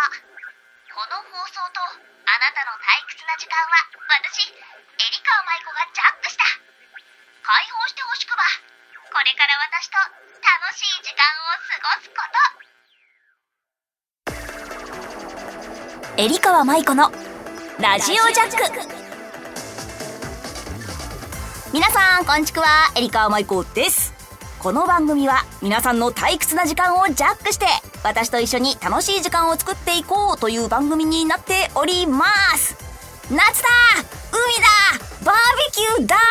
この放送とあなたの退屈な時間は私、エリカ舞子がジャックした。解放してほしくば、これから私と楽しい時間を過ごすこと。 エリカ舞子のラジオジャック。皆さんこんちくは、エリカ舞子です。この番組は皆さんの退屈な時間をジャックして、私と一緒に楽しい時間を作っていこうという番組になっております。夏だ、海だ、バーベキューだ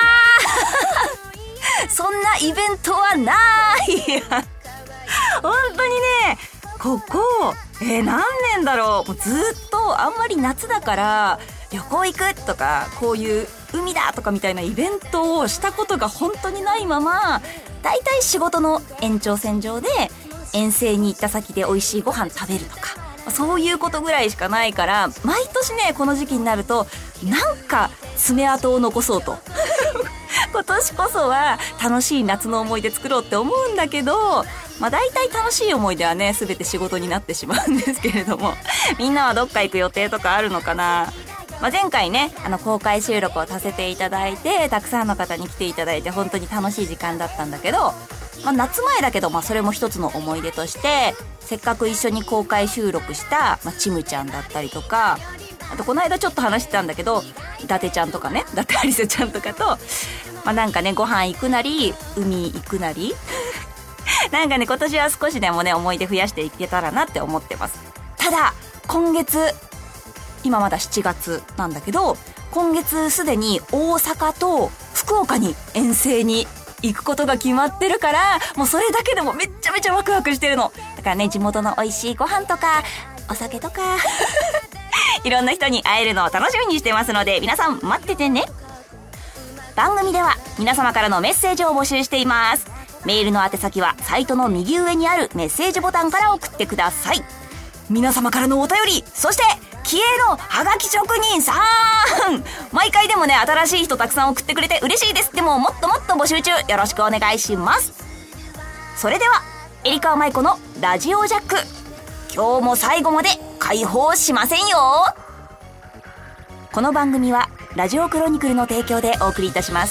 そんなイベントはない本当にね、ここ何年だろう、もうずっとあんまり夏だから旅行行くとか、こういう海だとかみたいなイベントをしたことが本当にないまま、だいたい仕事の延長線上で遠征に行った先で美味しいご飯食べるとか、そういうことぐらいしかないから、毎年ねこの時期になるとなんか爪痕を残そうと今年こそは楽しい夏の思い出作ろうって思うんだけど、だいたい楽しい思い出はね全て仕事になってしまうんですけれども、みんなはどっか行く予定とかあるのかな。前回ね公開収録をさせていただいて、たくさんの方に来ていただいて本当に楽しい時間だったんだけど、夏前だけどそれも一つの思い出として、せっかく一緒に公開収録した、ちむちゃんだったりとか、あとこの間ちょっと話してたんだけど、伊達ちゃんとかね、伊達ありさちゃんとかとなんかねご飯行くなり海行くなりなんかね今年は少しでもね思い出増やしていけたらなって思ってます。ただ今月、今まだ7月なんだけど、今月すでに大阪と福岡に遠征に行くことが決まってるから、もうそれだけでもめっちゃめちゃワクワクしてるの。だからね、地元の美味しいご飯とかお酒とかいろんな人に会えるのを楽しみにしてますので、皆さん待っててね。番組では皆様からのメッセージを募集しています。メールの宛先はサイトの右上にあるメッセージボタンから送ってください。皆様からのお便り、そして気鋭のハガキ職人さん、毎回でもね新しい人たくさん送ってくれて嬉しいです。でももっともっと募集中、よろしくお願いします。それではエリカ舞子のラジオジャック、今日も最後まで解放しませんよ。この番組はラジオクロニクルの提供でお送りいたします。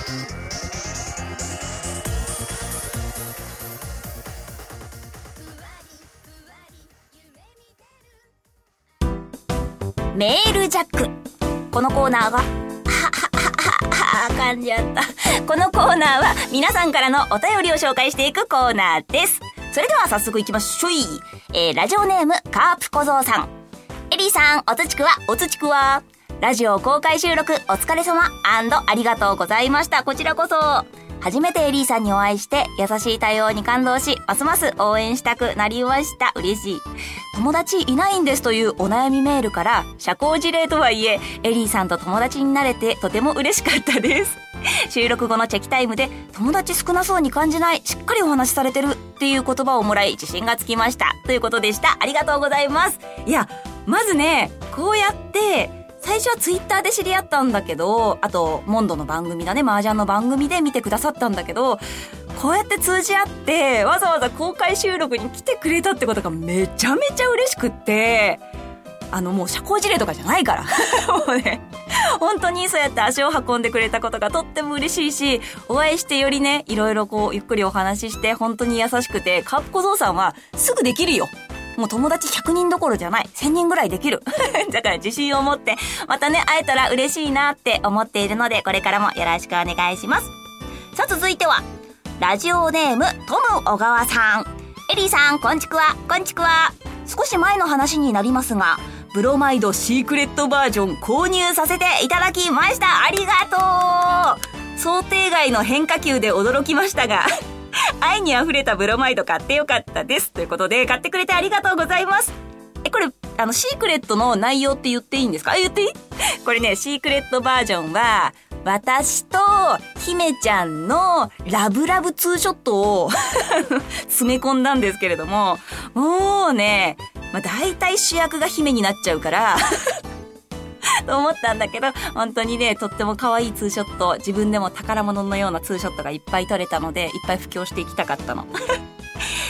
メールジャック。このコーナーは噛んじゃったこのコーナーは皆さんからのお便りを紹介していくコーナーです。それでは早速いきましょう。ラジオネームカープ小僧さん。エリーさん、おつちくわラジオ公開収録お疲れ様&ありがとうございました。こちらこそ。初めてエリーさんにお会いして優しい対応に感動し、ますます応援したくなりました。嬉しい。友達いないんですというお悩みメールから社交辞令とはいえエリーさんと友達になれてとても嬉しかったです。収録後のチェキタイムで友達少なそうに感じない、しっかりお話しされてるっていう言葉をもらい自信がつきましたということでした。ありがとうございます。いや、まずねこうやって最初はツイッターで知り合ったんだけど、あとモンドの番組だね、麻雀の番組で見てくださったんだけど、こうやって通じ合ってわざわざ公開収録に来てくれたってことがめちゃめちゃ嬉しくって、もう社交辞令とかじゃないからもうね本当にそうやって足を運んでくれたことがとっても嬉しいし、お会いしてよりねいろいろゆっくりお話しして本当に優しくて、カップ小僧さんはすぐできるよ。もう友達100人どころじゃない、1000人ぐらいできるだから自信を持ってまたね会えたら嬉しいなって思っているので、これからもよろしくお願いします。さあ続いてはラジオネームトム小川さん。エリーさん、こんちくわ。少し前の話になりますが、ブロマイドシークレットバージョン購入させていただきました。ありがとう。想定外の変化球で驚きましたが愛に溢れたブロマイド買ってよかったですということで、買ってくれてありがとうございます。これシークレットの内容って言っていいんですか？言っていい？これね、シークレットバージョンは私と姫ちゃんのラブラブツーショットを詰め込んだんですけれども、もうね、大体主役が姫になっちゃうからと思ったんだけど、本当にねとっても可愛いツーショット、自分でも宝物のようなツーショットがいっぱい撮れたので、いっぱい布教していきたかったの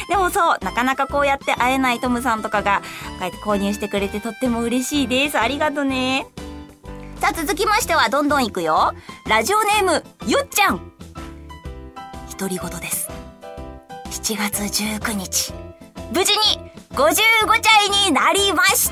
でもそう、なかなかこうやって会えないトムさんとかがこうやって購入してくれてとっても嬉しいです。ありがとね。さあ続きましてはどんどんいくよ。ラジオネームよっちゃん。独り言です。7月19日無事に55歳になりました。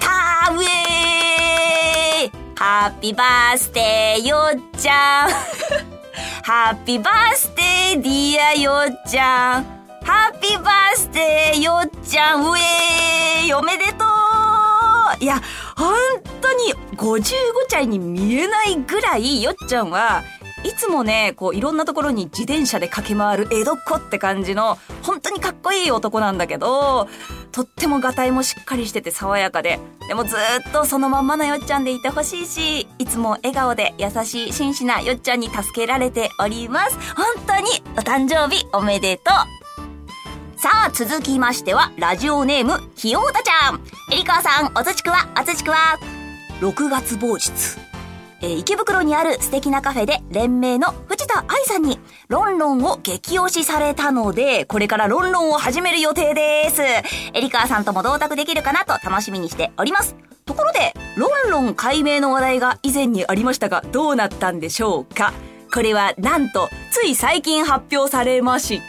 ウェーイ、ハッピーバースデーよっちゃんハッピーバースデーディアよっちゃん、ハッピーバースデーよっちゃん、ウェーイ、おめでとう。いや本当に55歳に見えないぐらいよっちゃんはいつもね、こういろんなところに自転車で駆け回る江戸っ子って感じの本当にかっこいい男なんだけど、とってもがたいもしっかりしてて爽やかで、でもずっとそのまんまのよっちゃんでいてほしいし、いつも笑顔で優しい真摯なよっちゃんに助けられております。本当にお誕生日おめでとう。さあ続きましてはラジオネームひようたちゃん。えりかわさん、おつちくわ6月某日、池袋にある素敵なカフェで連名の藤田愛さんにロンロンを激推しされたので、これからロンロンを始める予定です。エリカさんとも同卓できるかなと楽しみにしております。ところでロンロン解明の話題が以前にありましたが、どうなったんでしょうか。これはなんとつい最近発表されまして、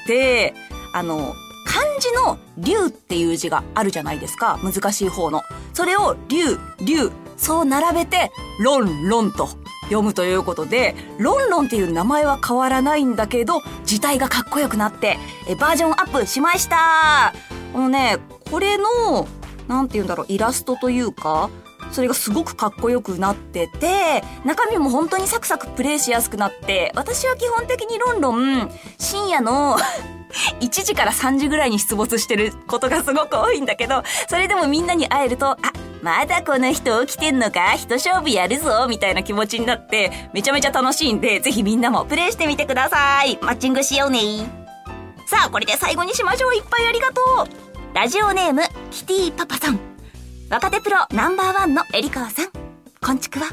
漢字の龍っていう字があるじゃないですか、難しい方の。それを龍そう並べてロンロンと読むということで、ロンロンっていう名前は変わらないんだけど字体がかっこよくなってバージョンアップしました。これのなんて言うんだろう、イラストというかそれがすごくかっこよくなってて、中身も本当にサクサクプレイしやすくなって、私は基本的にロンロン深夜の1時から3時ぐらいに出没してることがすごく多いんだけど、それでもみんなに会えると、まだこの人起きてんのか、一勝負やるぞみたいな気持ちになってめちゃめちゃ楽しいんで、ぜひみんなもプレイしてみてください。マッチングしようね。さあこれで最後にしましょう。いっぱいありがとう。ラジオネームキティパパさん。若手プロナンバー1のエリカワさん、こんちくわ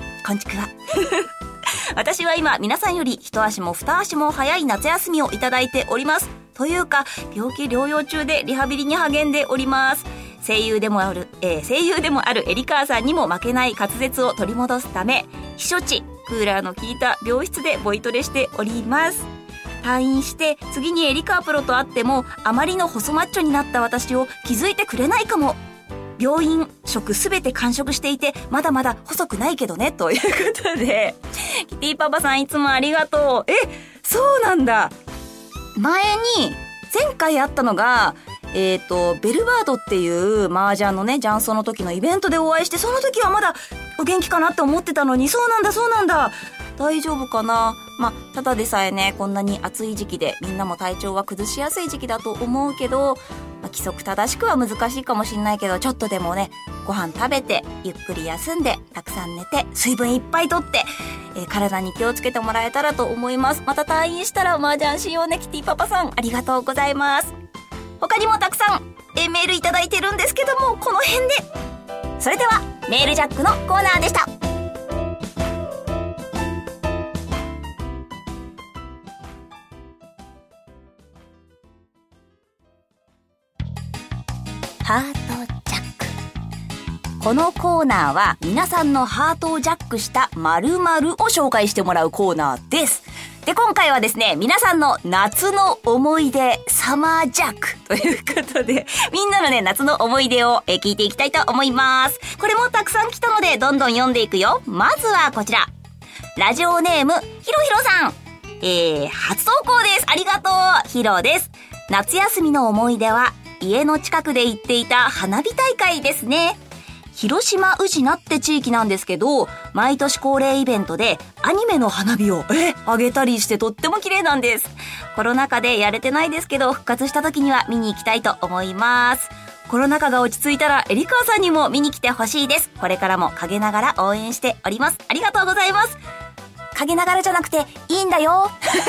私は今皆さんより一足も二足も早い夏休みをいただいております。というか病気療養中でリハビリに励んでおります。声優でもあるエリカワさんにも負けない滑舌を取り戻すため、避暑地クーラーの効いた病室でボイトレしております。退院して次にエリカワプロと会ってもあまりの細マッチョになった私を気づいてくれないかも。病院食すべて完食していてまだまだ細くないけどね、ということでキティパパさんいつもありがとう。そうなんだ。前回あったのがベルバードっていう麻雀のね雀荘の時のイベントでお会いして、その時はまだお元気かなって思ってたのに、そうなんだ大丈夫かな。ただでさえねこんなに暑い時期でみんなも体調は崩しやすい時期だと思うけど、規則正しくは難しいかもしれないけど、ちょっとでもねご飯食べてゆっくり休んでたくさん寝て水分いっぱいとって、体に気をつけてもらえたらと思います。また退院したら麻雀しようね。キティパパさんありがとうございます。他にもたくさんメールいただいてるんですけども、この辺で。それではメールジャックのコーナーでした。ハートジャック。このコーナーは皆さんのハートをジャックした〇〇を紹介してもらうコーナーです。で、今回はですね、皆さんの夏の思い出サマージャックということで、みんなのね夏の思い出を聞いていきたいと思います。これもたくさん来たのでどんどん読んでいくよ。まずはこちら、ラジオネームひろひろさん。初投稿です。ありがとう。ひろです。夏休みの思い出は家の近くで行っていた花火大会ですね。広島宇品って地域なんですけど、毎年恒例イベントでアニメの花火を上げたりしてとっても綺麗なんです。コロナ禍でやれてないですけど、復活した時には見に行きたいと思います。コロナ禍が落ち着いたらエリカワさんにも見に来てほしいです。これからも陰ながら応援しております。ありがとうございます。陰ながらじゃなくていいんだよ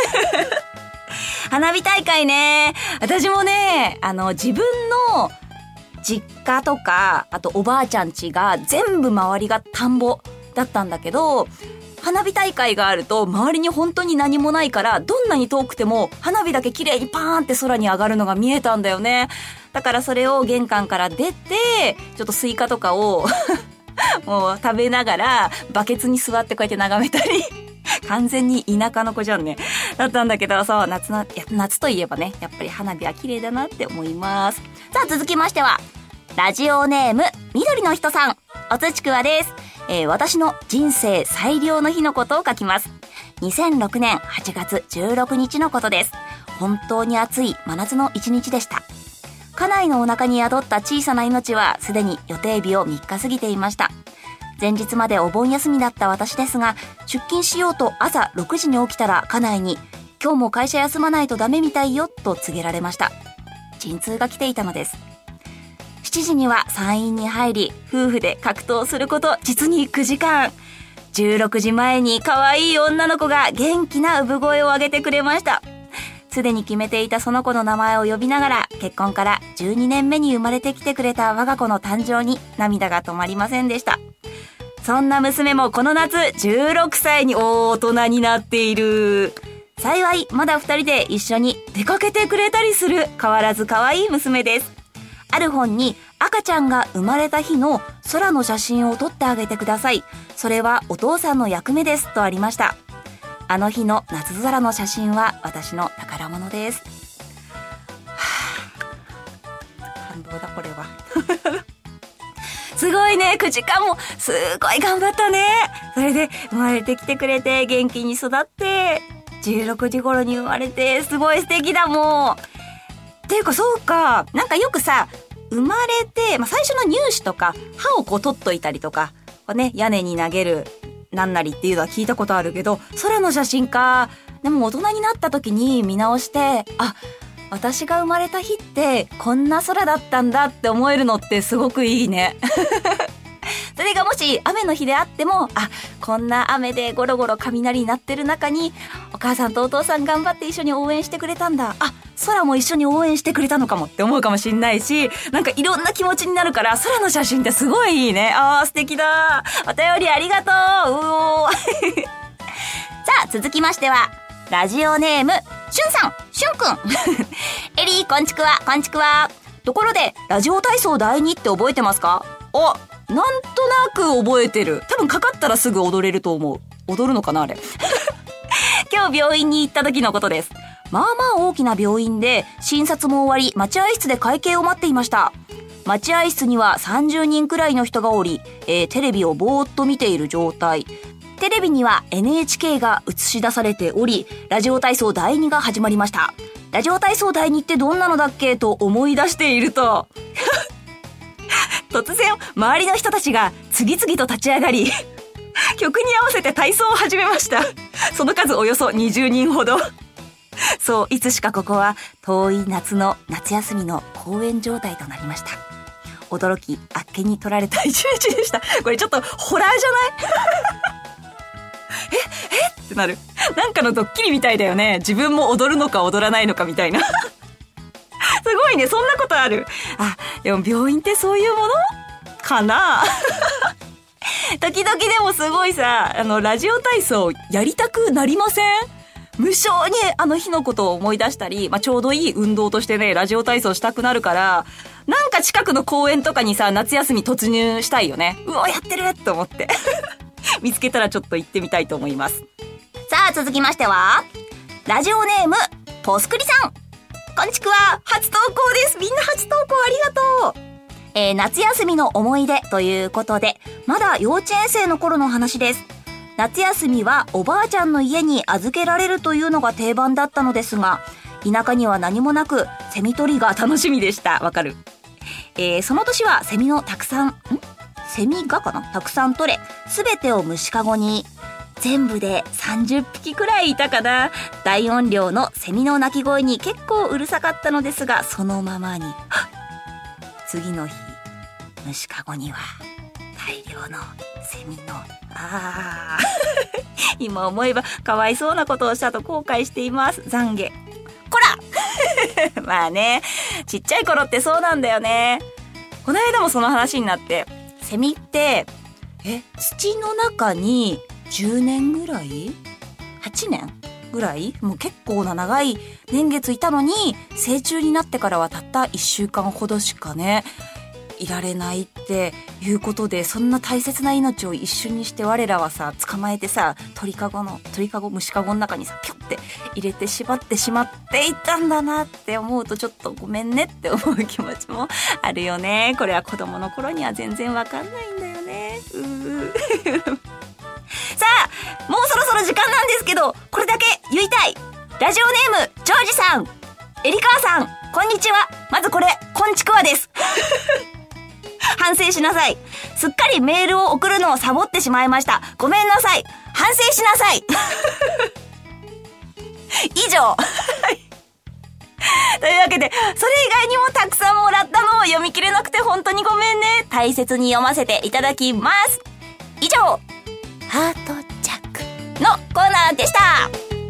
花火大会ね、私もね自分の実家とか、あとおばあちゃん家が全部周りが田んぼだったんだけど、花火大会があると周りに本当に何もないから、どんなに遠くても花火だけ綺麗にパーンって空に上がるのが見えたんだよね。 だからそれを玄関から出て、ちょっとスイカとかをもう食べながらバケツに座ってこうやって眺めたり完全に田舎の子じゃんね。だったんだけど、そう、夏といえばね、やっぱり花火は綺麗だなって思います。さあ、続きましては、ラジオネーム、緑の人さん、おつちくわです。私の人生最良の日のことを書きます。2006年8月16日のことです。本当に暑い真夏の一日でした。家内のお腹に宿った小さな命はすでに予定日を3日過ぎていました。前日までお盆休みだった私ですが、出勤しようと朝6時に起きたら家内に、今日も会社休まないとダメみたいよと告げられました。陣痛が来ていたのです。7時には産院に入り、夫婦で格闘すること実に9時間。16時前に可愛い女の子が元気な産声を上げてくれました。すでに決めていたその子の名前を呼びながら、結婚から12年目に生まれてきてくれた我が子の誕生に涙が止まりませんでした。そんな娘もこの夏16歳に大人になっている。幸いまだ2人で一緒に出かけてくれたりする変わらず可愛い娘です。ある本に赤ちゃんが生まれた日の空の写真を撮ってあげてください。それはお父さんの役目ですとありました。あの日の夏空の写真は私の宝物です。感動だこれは。すごいね、9時間もすごい頑張ったね。それで生まれてきてくれて元気に育って16時頃に生まれてすごい素敵だもん。っていうかそうか、なんかよくさ、生まれて、最初の乳歯とか歯をこう取っといたりとか、ね、屋根に投げるなんなりっていうのは聞いたことあるけど、空の写真か。でも大人になった時に見直して、あ、私が生まれた日ってこんな空だったんだって思えるのってすごくいいね。それがもし雨の日であっても、あ、こんな雨でゴロゴロ雷になってる中にお母さんとお父さん頑張って一緒に応援してくれたんだ、あ、空も一緒に応援してくれたのかもって思うかもしんないし、なんかいろんな気持ちになるから空の写真ってすごいいいね。あー素敵だ。お便りありがとう。さあ続きましてはラジオネームしゅんさん、しゅんくん。エリーこんちくわ、こんちくわ。ところでラジオ体操第2って覚えてますか？お、なんとなく覚えてる。多分かかったらすぐ踊れると思う。踊るのかなあれ。今日病院に行った時のことです。まあまあ大きな病院で診察も終わり、待合室で会計を待っていました。待合室には30人くらいの人がおり、テレビをぼーっと見ている状態。テレビには NHK が映し出されており、ラジオ体操第2が始まりました。ラジオ体操第2ってどんなのだっけと思い出していると突然周りの人たちが次々と立ち上がり曲に合わせて体操を始めました。その数およそ20人ほど。そう、いつしかここは遠い夏の夏休みの公園状態となりました。驚きあっけに取られた一日でした。これちょっとホラーじゃないえってなる。なんかのドッキリみたいだよね。自分も踊るのか踊らないのかみたいな。すごいね、そんなことある。あ、でも病院ってそういうものかな。時々でもすごいさ、ラジオ体操やりたくなりません？無性にあの日のことを思い出したり、ちょうどいい運動としてね、ラジオ体操したくなるから、なんか近くの公園とかにさ、夏休み突入したいよね。うわ、やってると思って。見つけたらちょっと行ってみたいと思います。さあ、続きましては、ラジオネーム、ポスクリさん。こんちくわ、初投稿です。みんな初投稿ありがとう。夏休みの思い出ということで、まだ幼稚園生の頃の話です。夏休みはおばあちゃんの家に預けられるというのが定番だったのですが、田舎には何もなく、セミ取りが楽しみでした。わかる。その年はセミがたくさん取れ、すべてを虫かごに。全部で30匹くらいいたかな。大音量のセミの鳴き声に結構うるさかったのですが、そのままに。次の日、虫かごには大量のセミの今思えばかわいそうなことをしたと後悔しています。懺悔。こらまあね、ちっちゃい頃ってそうなんだよね。この間もその話になって、セミって土の中に10年ぐらい ?8 年ぐらい、もう結構な長い年月いたのに、成虫になってからはたった1週間ほどしかねいられないっていうことで、そんな大切な命を一瞬にして我らはさ捕まえてさ、虫かごの中にさピョって入れて縛ってしまっていたんだなって思うと、ちょっとごめんねって思う気持ちもあるよね。これは子供の頃には全然わかんないんだよね。さあ、もうそろそろ時間なんですけど、これだけ言いたい。ラジオネームジョージさん、エリカさん、こんにちは。まずこれこんちくわです反省しなさい。すっかりメールを送るのをサボってしまいました。ごめんなさい。反省しなさい以上というわけで、それ以外にもたくさんもらったのを読み切れなくて本当にごめんね。大切に読ませていただきます。以上、ハートジャックのコーナーでした。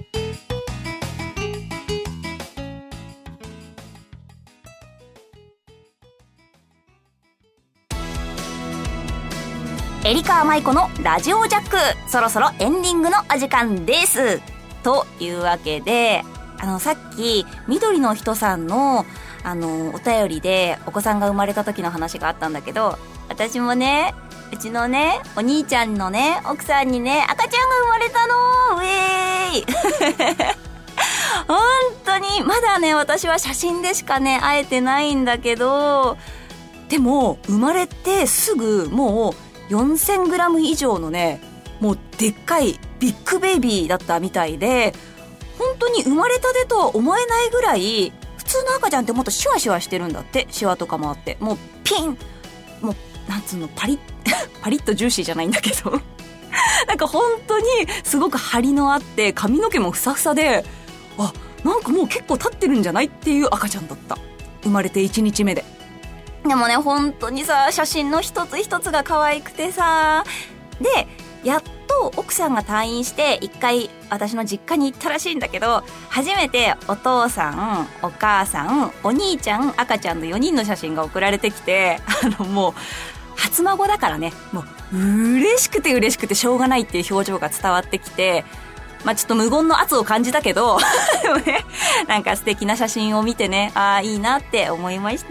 エリカ舞子のラジオジャック、そろそろエンディングのお時間です。というわけで、さっき緑の人さんのお便りでお子さんが生まれた時の話があったんだけど、私もね、うちのねお兄ちゃんのね奥さんにね赤ちゃんが生まれたの。ウェーイ本当にまだね、私は写真でしかね会えてないんだけど、でも生まれてすぐもう4000g 以上のね、もうでっかいビッグベイビーだったみたいで、本当に生まれたてとは思えないぐらい、普通の赤ちゃんってもっとシュワシュワしてるんだって。シワとかもあって、もうピン、もうなんつうの、パリッとジューシーじゃないんだけどなんか本当にすごく張りのあって、髪の毛もふさふさで、あ、なんかもう結構経ってるんじゃないっていう赤ちゃんだった。生まれて1日目で。でもね、本当にさ、写真の一つ一つが可愛くてさ、でやっと奥さんが退院して一回私の実家に行ったらしいんだけど、初めてお父さん、お母さん、お兄ちゃん、赤ちゃんの4人の写真が送られてきて、もう初孫だからね、もう嬉しくてしょうがないっていう表情が伝わってきて、まあちょっと無言の圧を感じたけどでもね、なんか素敵な写真を見てね、ああいいなって思いました。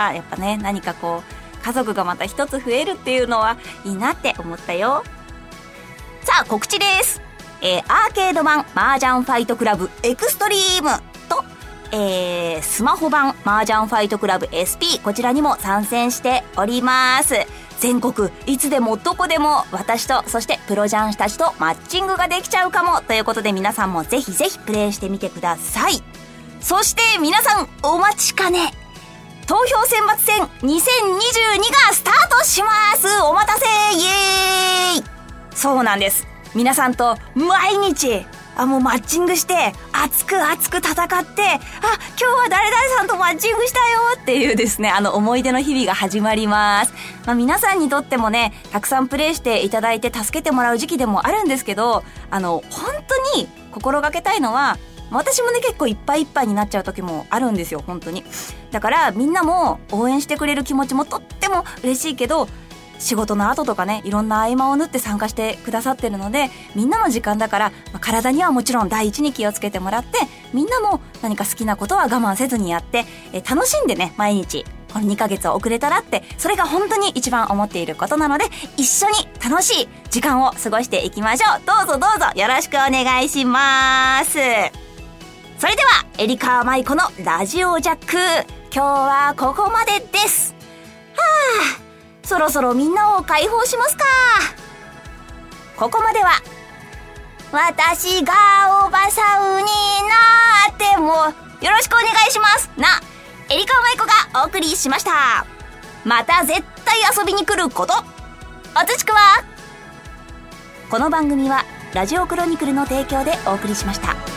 やっぱね、何かこう家族がまた一つ増えるっていうのはいいなって思ったよ。さあ告知です。アーケード版麻雀ファイトクラブエクストリームと、スマホ版麻雀ファイトクラブ SP、 こちらにも参戦しております。全国いつでもどこでも私と、そしてプロ雀士たちとマッチングができちゃうかもということで、皆さんもぜひぜひプレイしてみてください。そして皆さんお待ちかね、投票選抜戦2022がスタートします。お待たせ、イエーイ。そうなんです。皆さんと毎日もうマッチングして熱く戦って、今日は誰々さんとマッチングしたよっていうですね、思い出の日々が始まります。皆さんにとってもね、たくさんプレイしていただいて助けてもらう時期でもあるんですけど、本当に心がけたいのは、私もね結構いっぱいいっぱいになっちゃう時もあるんですよ、本当に。だからみんなも応援してくれる気持ちもとっても嬉しいけど、仕事の後とかね、いろんな合間を縫って参加してくださってるので、みんなの時間だから、体にはもちろん第一に気をつけてもらって、みんなも何か好きなことは我慢せずにやって、楽しんでね、毎日この2ヶ月を送れたらって、それが本当に一番思っていることなので、一緒に楽しい時間を過ごしていきましょう。どうぞどうぞよろしくお願いします。それではエリカ舞子のラジオジャック、今日はここまでです。そろそろみんなを解放しますか。ここまでは私がおばさんになってもよろしくお願いしますな、エリカ舞子がお送りしました。また絶対遊びに来ること、おつちくわ。この番組はラジオクロニクルの提供でお送りしました。